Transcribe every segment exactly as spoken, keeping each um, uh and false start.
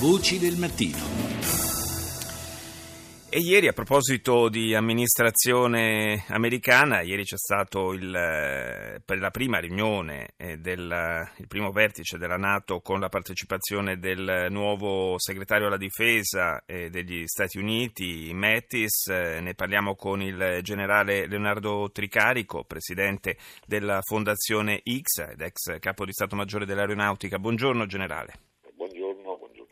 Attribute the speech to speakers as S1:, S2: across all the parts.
S1: Voci del mattino.
S2: E ieri, a proposito di amministrazione americana, ieri c'è stato il, per la prima riunione eh, del il primo vertice della NATO con la partecipazione del nuovo segretario alla difesa eh, degli Stati Uniti, Mattis. Eh, ne parliamo con il generale Leonardo Tricarico, presidente della Fondazione X ed ex capo di Stato Maggiore dell'Aeronautica. Buongiorno generale.
S3: Buongiorno, buongiorno.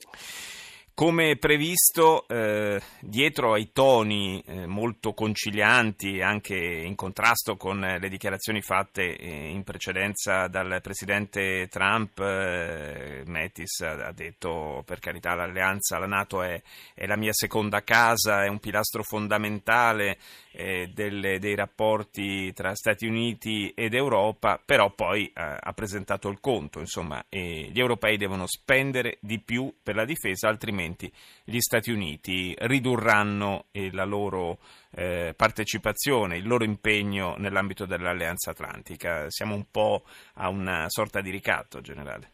S2: Come previsto, eh, dietro ai toni eh, molto concilianti, anche in contrasto con le dichiarazioni fatte eh, in precedenza dal presidente Trump, eh, Mattis ha, ha detto: per carità, l'alleanza, la NATO è, è la mia seconda casa, è un pilastro fondamentale eh, delle, dei rapporti tra Stati Uniti ed Europa, però poi eh, ha presentato il conto, insomma, e gli europei devono spendere di più per la difesa, altrimenti gli Stati Uniti ridurranno eh, la loro eh, partecipazione, il loro impegno nell'ambito dell'Alleanza Atlantica. Siamo un po' a una sorta di ricatto, generale.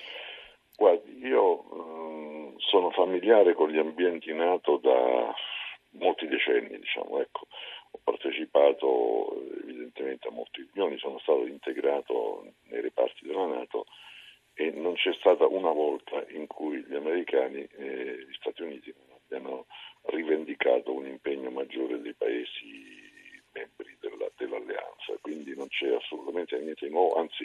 S3: Guardi, io mh, sono familiare con gli ambienti NATO da molti decenni, diciamo, ecco. Ho partecipato evidentemente a molte riunioni, sono stato integrato nei reparti della NATO e non c'è stata una volta in cui gli americani e gli Stati Uniti non abbiano rivendicato un impegno maggiore dei paesi membri della, dell'alleanza, quindi non c'è assolutamente niente di nuovo, anzi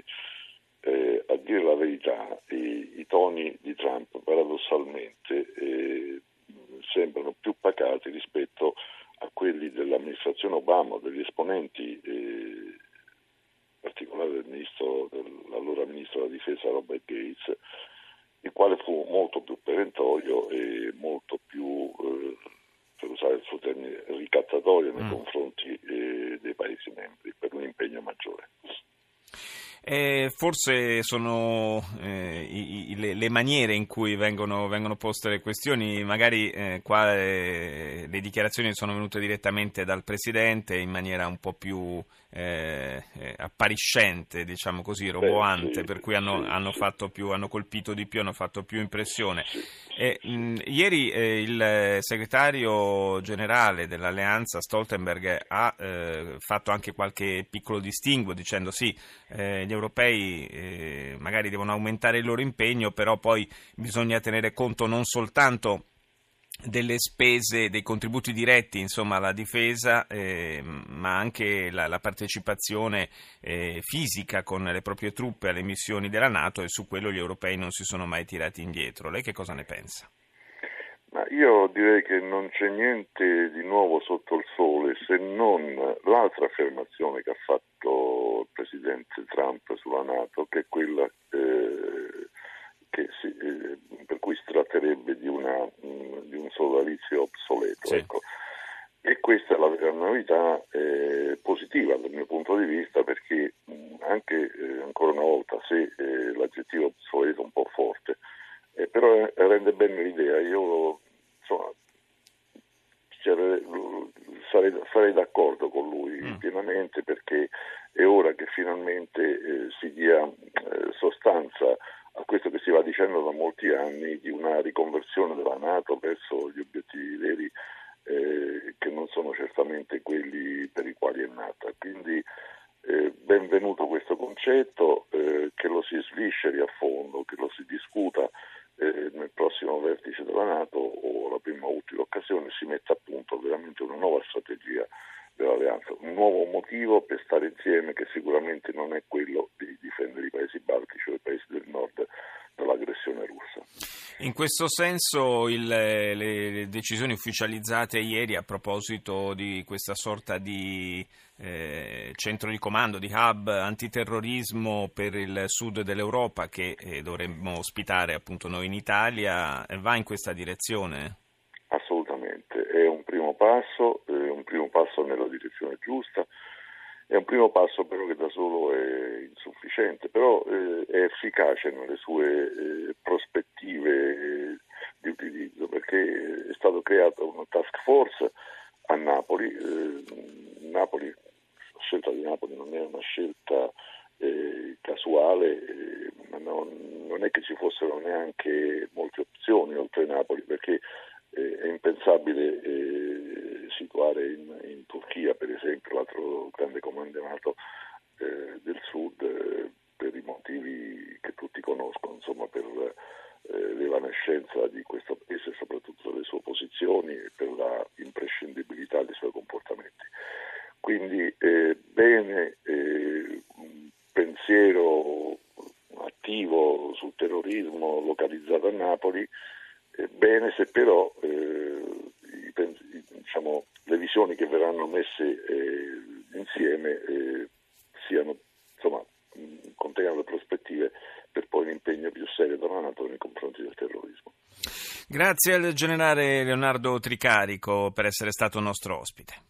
S3: eh, a dire la verità i, i toni di Trump paradossalmente eh, sembrano più pacati rispetto a quelli dell'amministrazione Obama, degli esponenti eh, in particolare del ministro, dell'allora ministro della difesa Robert Gates, il quale fu molto più perentorio e molto più, eh, per usare il suo termine, ricattatorio nei mm. confronti eh, dei Paesi membri per un impegno maggiore.
S2: Eh, forse sono eh, i, i, le, le maniere in cui vengono, vengono poste le questioni, magari eh, qua eh, le dichiarazioni sono venute direttamente dal Presidente in maniera un po' più eh, eh, appariscente, diciamo così, roboante, Beh, sì, per cui hanno, sì, hanno, sì. Fatto più, hanno colpito di più, hanno fatto più impressione. Eh, mh, ieri eh, il segretario generale dell'Alleanza Stoltenberg ha eh, fatto anche qualche piccolo distinguo dicendo sì, eh, gli europei eh, magari devono aumentare il loro impegno, però poi bisogna tenere conto non soltanto delle spese, dei contributi diretti, insomma, alla difesa, eh, ma anche la, la partecipazione eh, fisica con le proprie truppe alle missioni della NATO, e su quello gli europei non si sono mai tirati indietro. Lei che cosa ne pensa?
S3: Ma io direi che non c'è niente di nuovo sotto il sole, se non l'altra affermazione che ha fatto il presidente Trump sulla NATO, che è quella eh, che si, eh, per cui si tratterebbe di, una, mh, di un sodalizio obsoleto. Sì. Ecco. E questa è la vera novità eh, positiva dal mio punto di vista, perché mh, anche eh, ancora una volta, se eh, l'aggettivo obsoleto è un po' forte, eh, però rende bene l'idea. Io insomma sarei, sarei d'accordo con lui mm. pienamente, perché è ora che finalmente eh, si dia eh, sostanza a questo che si va dicendo da molti anni, di una riconversione della NATO verso gli obiettivi veri, eh, che non sono certamente quelli per i quali è nata. Quindi eh, benvenuto questo concetto, eh, che lo si svisceri a fondo, che lo si discuta eh, nel prossimo vertice della NATO, o la prima utile occasione, si metta a punto veramente una nuova strategia dell'alleanza, un nuovo motivo per stare insieme, che sicuramente non è quello di difendere i paesi baltici o i paesi del nord dall'aggressione russa.
S2: In questo senso il, le, le decisioni ufficializzate ieri a proposito di questa sorta di eh, centro di comando, di hub antiterrorismo per il sud dell'Europa, che eh, dovremmo ospitare appunto noi in Italia, va in questa direzione?
S3: Assolutamente, è un primo passo, è un primo passo nella direzione giusta. È un primo passo però che da solo è insufficiente, però eh, è efficace nelle sue eh, prospettive eh, di utilizzo, perché è stato creato una task force a Napoli. Eh, Napoli, la scelta di Napoli non è una scelta eh, casuale, eh, ma non, non è che ci fossero neanche molte opzioni oltre Napoli, perché eh, è impensabile eh, situare in, in Turchia, per esempio, l'altro grande comando NATO eh, del Sud, eh, per i motivi che tutti conoscono, insomma, per eh, l'evanescenza di questo paese e soprattutto delle sue posizioni e per la imprescindibilità dei suoi comportamenti. Quindi eh, bene eh, un pensiero attivo sul terrorismo localizzato a Napoli, eh, bene se però eh, i, diciamo, le visioni che verranno messe eh, insieme eh, siano, insomma, contengano le prospettive per poi un impegno più serio dalla NATO nei confronti del terrorismo.
S2: Grazie al generale Leonardo Tricarico per essere stato nostro ospite.